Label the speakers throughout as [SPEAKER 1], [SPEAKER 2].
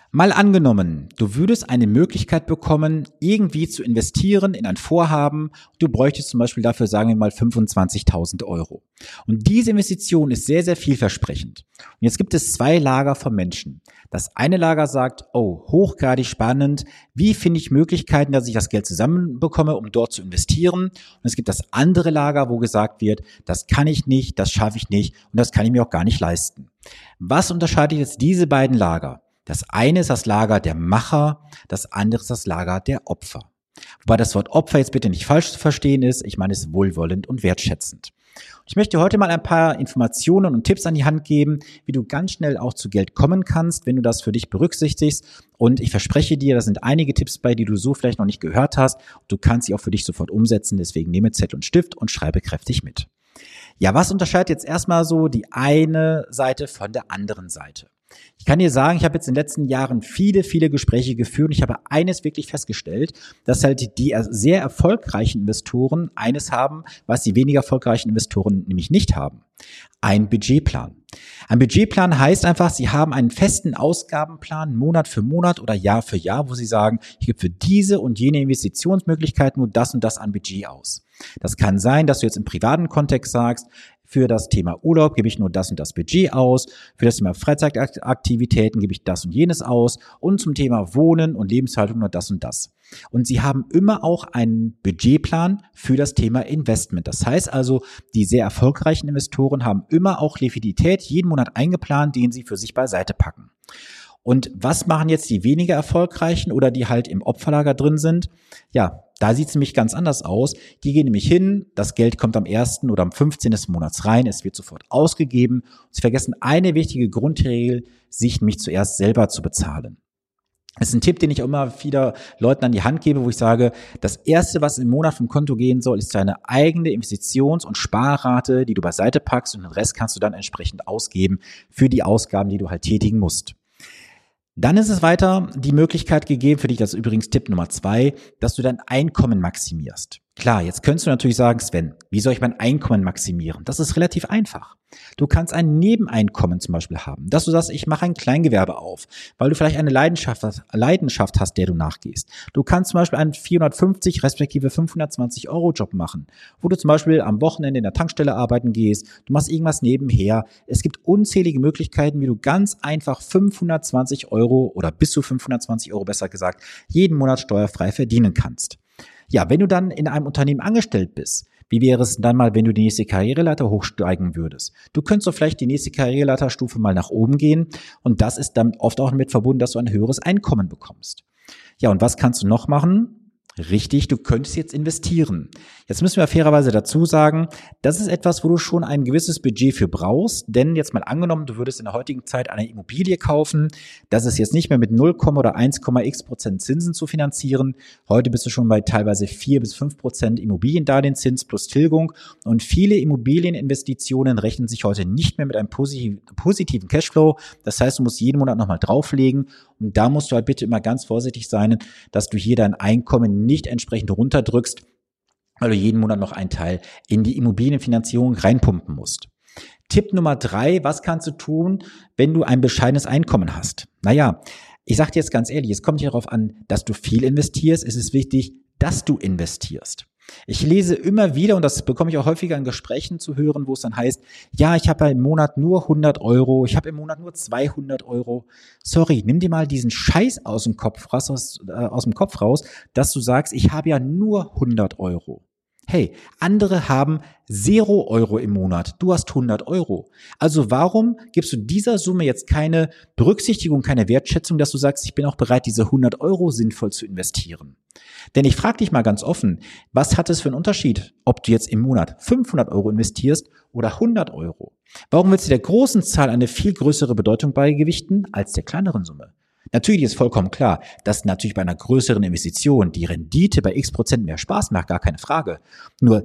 [SPEAKER 1] Mal angenommen, du würdest eine Möglichkeit bekommen, irgendwie zu investieren in ein Vorhaben. Du bräuchtest zum Beispiel dafür, sagen wir mal, 25.000 Euro. Und diese Investition ist sehr, sehr vielversprechend. Und jetzt gibt es zwei Lager von Menschen. Das eine Lager sagt, oh, hochgradig spannend. Wie finde ich Möglichkeiten, dass ich das Geld zusammenbekomme, um dort zu investieren? Und es gibt das andere Lager, wo gesagt wird, das kann ich nicht, das schaffe ich nicht und das kann ich mir auch gar nicht leisten. Was unterscheidet jetzt diese beiden Lager? Das eine ist das Lager der Macher, das andere ist das Lager der Opfer. Wobei das Wort Opfer jetzt bitte nicht falsch zu verstehen ist, ich meine es wohlwollend und wertschätzend. Ich möchte heute mal ein paar Informationen und Tipps an die Hand geben, wie du ganz schnell auch zu Geld kommen kannst, wenn du das für dich berücksichtigst. Und ich verspreche dir, da sind einige Tipps bei, die du so vielleicht noch nicht gehört hast. Du kannst sie auch für dich sofort umsetzen, deswegen nehme Zettel und Stift und schreibe kräftig mit. Ja, was unterscheidet jetzt erstmal so die eine Seite von der anderen Seite? Ich kann dir sagen, ich habe jetzt in den letzten Jahren viele Gespräche geführt und ich habe eines wirklich festgestellt, dass halt die sehr erfolgreichen Investoren eines haben, was die weniger erfolgreichen Investoren nämlich nicht haben. Ein Budgetplan. Ein Budgetplan heißt einfach, sie haben einen festen Ausgabenplan Monat für Monat oder Jahr für Jahr, wo sie sagen, ich gebe für diese und jene Investitionsmöglichkeit nur das und das an Budget aus. Das kann sein, dass du jetzt im privaten Kontext sagst, für das Thema Urlaub gebe ich nur das und das Budget aus, für das Thema Freizeitaktivitäten gebe ich das und jenes aus und zum Thema Wohnen und Lebenshaltung nur das und das. Und sie haben immer auch einen Budgetplan für das Thema Investment. Das heißt also, die sehr erfolgreichen Investoren haben immer auch Liquidität jeden Monat eingeplant, den sie für sich beiseite packen. Und was machen jetzt die weniger erfolgreichen oder die halt im Opferlager drin sind? Ja, da sieht es nämlich ganz anders aus. Die gehen nämlich hin, das Geld kommt am 1. oder am 15. des Monats rein, es wird sofort ausgegeben. Und sie vergessen eine wichtige Grundregel, sich nämlich zuerst selber zu bezahlen. Das ist ein Tipp, den ich auch immer wieder Leuten an die Hand gebe, wo ich sage, das Erste, was im Monat vom Konto gehen soll, ist deine eigene Investitions- und Sparrate, die du beiseite packst und den Rest kannst du dann entsprechend ausgeben für die Ausgaben, die du halt tätigen musst. Dann ist es weiter die Möglichkeit gegeben, für dich, das ist übrigens Tipp Nummer 2, dass du dein Einkommen maximierst. Klar, jetzt könntest du natürlich sagen, Sven, wie soll ich mein Einkommen maximieren? Das ist relativ einfach. Du kannst ein Nebeneinkommen zum Beispiel haben, dass du sagst, ich mache ein Kleingewerbe auf, weil du vielleicht eine Leidenschaft hast, der du nachgehst. Du kannst zum Beispiel einen 450 respektive 520 Euro Job machen, wo du zum Beispiel am Wochenende in der Tankstelle arbeiten gehst, du machst irgendwas nebenher. Es gibt unzählige Möglichkeiten, wie du ganz einfach 520 Euro oder bis zu 520 Euro besser gesagt, jeden Monat steuerfrei verdienen kannst. Ja, wenn du dann in einem Unternehmen angestellt bist, wie wäre es dann mal, wenn du die nächste Karriereleiter hochsteigen würdest? Du könntest doch vielleicht die nächste Karriereleiterstufe mal nach oben gehen und das ist dann oft auch damit verbunden, dass du ein höheres Einkommen bekommst. Ja, und was kannst du noch machen? Richtig, du könntest jetzt investieren. Jetzt müssen wir fairerweise dazu sagen, das ist etwas, wo du schon ein gewisses Budget für brauchst, denn jetzt mal angenommen, du würdest in der heutigen Zeit eine Immobilie kaufen, das ist jetzt nicht mehr mit 0, oder 1,x% Zinsen zu finanzieren. Heute bist du schon bei teilweise 4 bis 5% Immobiliendarlehenszins plus Tilgung und viele Immobilieninvestitionen rechnen sich heute nicht mehr mit einem positiven Cashflow. Das heißt, du musst jeden Monat nochmal drauflegen und da musst du halt bitte immer ganz vorsichtig sein, dass du hier dein Einkommen nicht entsprechend runterdrückst, weil du jeden Monat noch einen Teil in die Immobilienfinanzierung reinpumpen musst. Tipp Nummer 3, was kannst du tun, wenn du ein bescheidenes Einkommen hast? Naja, ich sage dir jetzt ganz ehrlich, es kommt nicht darauf an, dass du viel investierst, es ist wichtig, dass du investierst. Ich lese immer wieder, und das bekomme ich auch häufiger in Gesprächen zu hören, wo es dann heißt, ja, ich habe im Monat nur 100 Euro, ich habe im Monat nur 200 Euro. Sorry, nimm dir mal diesen Scheiß aus dem Kopf raus, dass du sagst, ich habe ja nur 100 Euro. Hey, andere haben 0 Euro im Monat, du hast 100 Euro. Also warum gibst du dieser Summe jetzt keine Berücksichtigung, keine Wertschätzung, dass du sagst, ich bin auch bereit, diese 100 Euro sinnvoll zu investieren? Denn ich frage dich mal ganz offen, was hat es für einen Unterschied, ob du jetzt im Monat 500 Euro investierst oder 100 Euro? Warum willst du der großen Zahl eine viel größere Bedeutung beigewichten als der kleineren Summe? Natürlich ist vollkommen klar, dass natürlich bei einer größeren Investition die Rendite bei x% mehr Spaß macht, gar keine Frage. Nur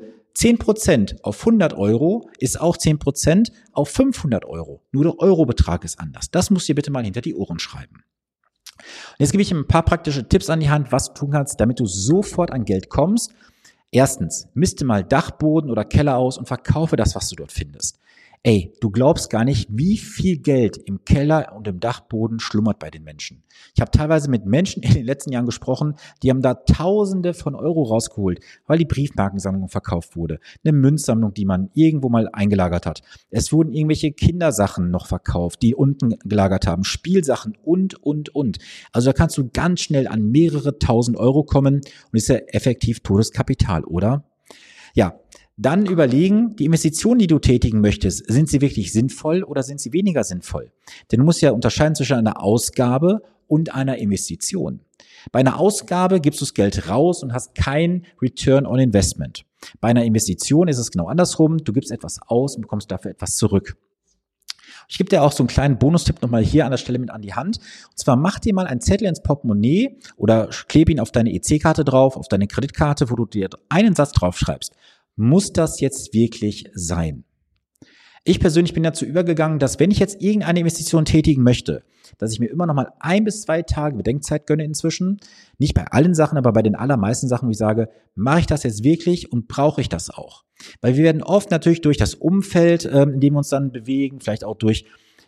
[SPEAKER 1] 10% auf 100 Euro ist auch 10% auf 500 Euro. Nur der Eurobetrag ist anders. Das musst du dir bitte mal hinter die Ohren schreiben. Und jetzt gebe ich ein paar praktische Tipps an die Hand, was du tun kannst, damit du sofort an Geld kommst. Erstens, miste mal Dachboden oder Keller aus und verkaufe das, was du dort findest. Ey, du glaubst gar nicht, wie viel Geld im Keller und im Dachboden schlummert bei den Menschen. Ich habe teilweise mit Menschen in den letzten Jahren gesprochen, die haben da Tausende von Euro rausgeholt, weil die Briefmarkensammlung verkauft wurde, eine Münzsammlung, die man irgendwo mal eingelagert hat. Es wurden irgendwelche Kindersachen noch verkauft, die unten gelagert haben, Spielsachen und. Also da kannst du ganz schnell an mehrere tausend Euro kommen und ist ja effektiv totes Kapital, oder? Ja, dann überlegen, die Investitionen, die du tätigen möchtest, sind sie wirklich sinnvoll oder sind sie weniger sinnvoll? Denn du musst ja unterscheiden zwischen einer Ausgabe und einer Investition. Bei einer Ausgabe gibst du das Geld raus und hast kein Return on Investment. Bei einer Investition ist es genau andersrum. Du gibst etwas aus und bekommst dafür etwas zurück. Ich gebe dir auch so einen kleinen Bonustipp nochmal hier an der Stelle mit an die Hand. Und zwar mach dir mal einen Zettel ins Portemonnaie oder klebe ihn auf deine EC-Karte drauf, auf deine Kreditkarte, wo du dir einen Satz draufschreibst. Muss das jetzt wirklich sein? Ich persönlich bin dazu übergegangen, dass wenn ich jetzt irgendeine Investition tätigen möchte, dass ich mir immer noch mal 1 bis 2 Tage Bedenkzeit gönne inzwischen. Nicht bei allen Sachen, aber bei den allermeisten Sachen, wo ich sage, mache ich das jetzt wirklich und brauche ich das auch? Weil wir werden oft natürlich durch das Umfeld, in dem wir uns dann bewegen, vielleicht auch durch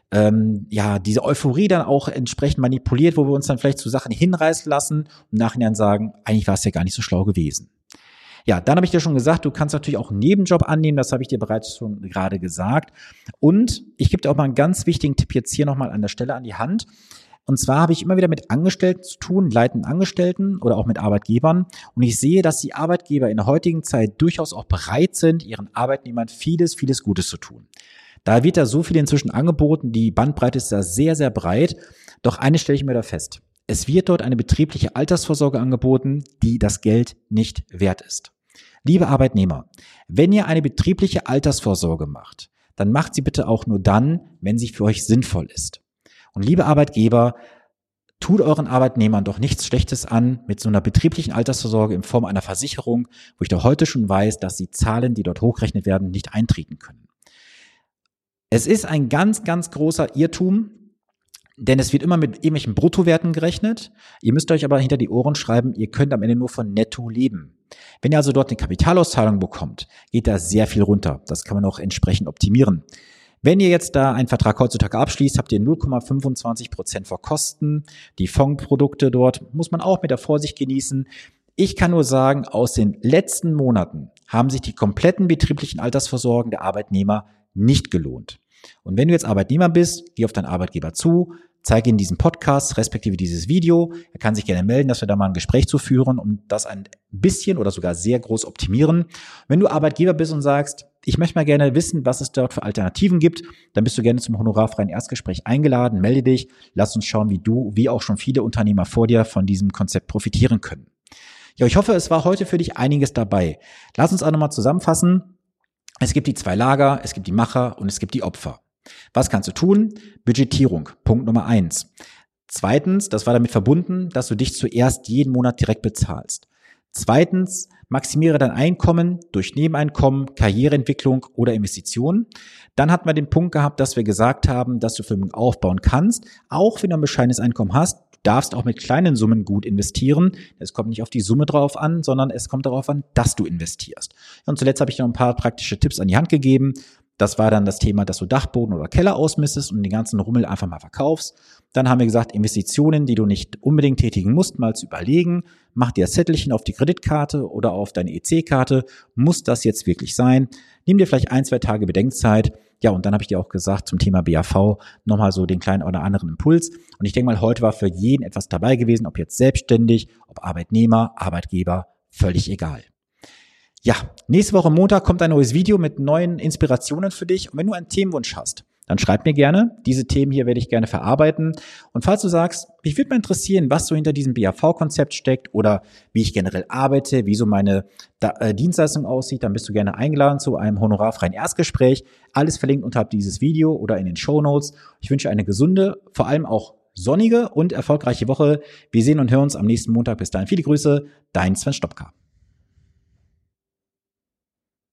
[SPEAKER 1] diese Euphorie dann auch entsprechend manipuliert, wo wir uns dann vielleicht zu Sachen hinreißen lassen und im Nachhinein sagen, eigentlich war es ja gar nicht so schlau gewesen. Ja, dann habe ich dir schon gesagt, du kannst natürlich auch einen Nebenjob annehmen, das habe ich dir bereits schon gerade gesagt. Und ich gebe dir auch mal einen ganz wichtigen Tipp jetzt hier nochmal an der Stelle an die Hand. Und zwar habe ich immer wieder mit Angestellten zu tun, leitenden Angestellten oder auch mit Arbeitgebern. Und ich sehe, dass die Arbeitgeber in der heutigen Zeit durchaus auch bereit sind, ihren Arbeitnehmern vieles Gutes zu tun. Da wird da so viel inzwischen angeboten, die Bandbreite ist da sehr, sehr breit. Doch eines stelle ich mir da fest. Es wird dort eine betriebliche Altersvorsorge angeboten, die das Geld nicht wert ist. Liebe Arbeitnehmer, wenn ihr eine betriebliche Altersvorsorge macht, dann macht sie bitte auch nur dann, wenn sie für euch sinnvoll ist. Und liebe Arbeitgeber, tut euren Arbeitnehmern doch nichts Schlechtes an mit so einer betrieblichen Altersvorsorge in Form einer Versicherung, wo ich doch heute schon weiß, dass die Zahlen, die dort hochgerechnet werden, nicht eintreten können. Es ist ein ganz großer Irrtum, denn es wird immer mit irgendwelchen Bruttowerten gerechnet. Ihr müsst euch aber hinter die Ohren schreiben, ihr könnt am Ende nur von Netto leben. Wenn ihr also dort eine Kapitalauszahlung bekommt, geht da sehr viel runter. Das kann man auch entsprechend optimieren. Wenn ihr jetzt da einen Vertrag heutzutage abschließt, habt ihr 0,25% vor Kosten. Die Fondsprodukte dort muss man auch mit der Vorsicht genießen. Ich kann nur sagen, aus den letzten Monaten haben sich die kompletten betrieblichen Altersvorsorgen der Arbeitnehmer nicht gelohnt. Und wenn du jetzt Arbeitnehmer bist, geh auf deinen Arbeitgeber zu, zeige ihm diesen Podcast, respektive dieses Video. Er kann sich gerne melden, dass wir da mal ein Gespräch zu führen und das ein bisschen oder sogar sehr groß optimieren. Wenn du Arbeitgeber bist und sagst, ich möchte mal gerne wissen, was es dort für Alternativen gibt, dann bist du gerne zum honorarfreien Erstgespräch eingeladen. Melde dich, lass uns schauen, wie du, wie auch schon viele Unternehmer vor dir von diesem Konzept profitieren können. Ja, ich hoffe, es war heute für dich einiges dabei. Lass uns auch nochmal zusammenfassen. Es gibt die 2 Lager, es gibt die Macher und es gibt die Opfer. Was kannst du tun? Budgetierung, Punkt Nummer 1. Zweitens, das war damit verbunden, dass du dich zuerst jeden Monat direkt bezahlst. Zweitens, maximiere dein Einkommen durch Nebeneinkommen, Karriereentwicklung oder Investitionen. Dann hatten wir den Punkt gehabt, dass wir gesagt haben, dass du Vermögen aufbauen kannst, auch wenn du ein bescheidenes Einkommen hast. Du darfst auch mit kleinen Summen gut investieren. Es kommt nicht auf die Summe drauf an, sondern es kommt darauf an, dass du investierst. Und zuletzt habe ich noch ein paar praktische Tipps an die Hand gegeben. Das war dann das Thema, dass du Dachboden oder Keller ausmistest und den ganzen Rummel einfach mal verkaufst. Dann haben wir gesagt, Investitionen, die du nicht unbedingt tätigen musst, mal zu überlegen. Mach dir das Zettelchen auf die Kreditkarte oder auf deine EC-Karte. Muss das jetzt wirklich sein? Nimm dir vielleicht 1, 2 Tage Bedenkzeit. Ja, und dann habe ich dir auch gesagt zum Thema BAV nochmal so den kleinen oder anderen Impuls. Und ich denke mal, heute war für jeden etwas dabei gewesen, ob jetzt selbstständig, ob Arbeitnehmer, Arbeitgeber, völlig egal. Ja, nächste Woche Montag kommt ein neues Video mit neuen Inspirationen für dich. Und wenn du einen Themenwunsch hast, dann schreib mir gerne. Diese Themen hier werde ich gerne verarbeiten. Und falls du sagst, mich würde mal interessieren, was so hinter diesem BAV-Konzept steckt oder wie ich generell arbeite, wie so meine Dienstleistung aussieht, dann bist du gerne eingeladen zu einem honorarfreien Erstgespräch. Alles verlinkt unterhalb dieses Video oder in den Shownotes. Ich wünsche eine gesunde, vor allem auch sonnige und erfolgreiche Woche. Wir sehen und hören uns am nächsten Montag. Bis dahin viele Grüße, dein Sven Stopka.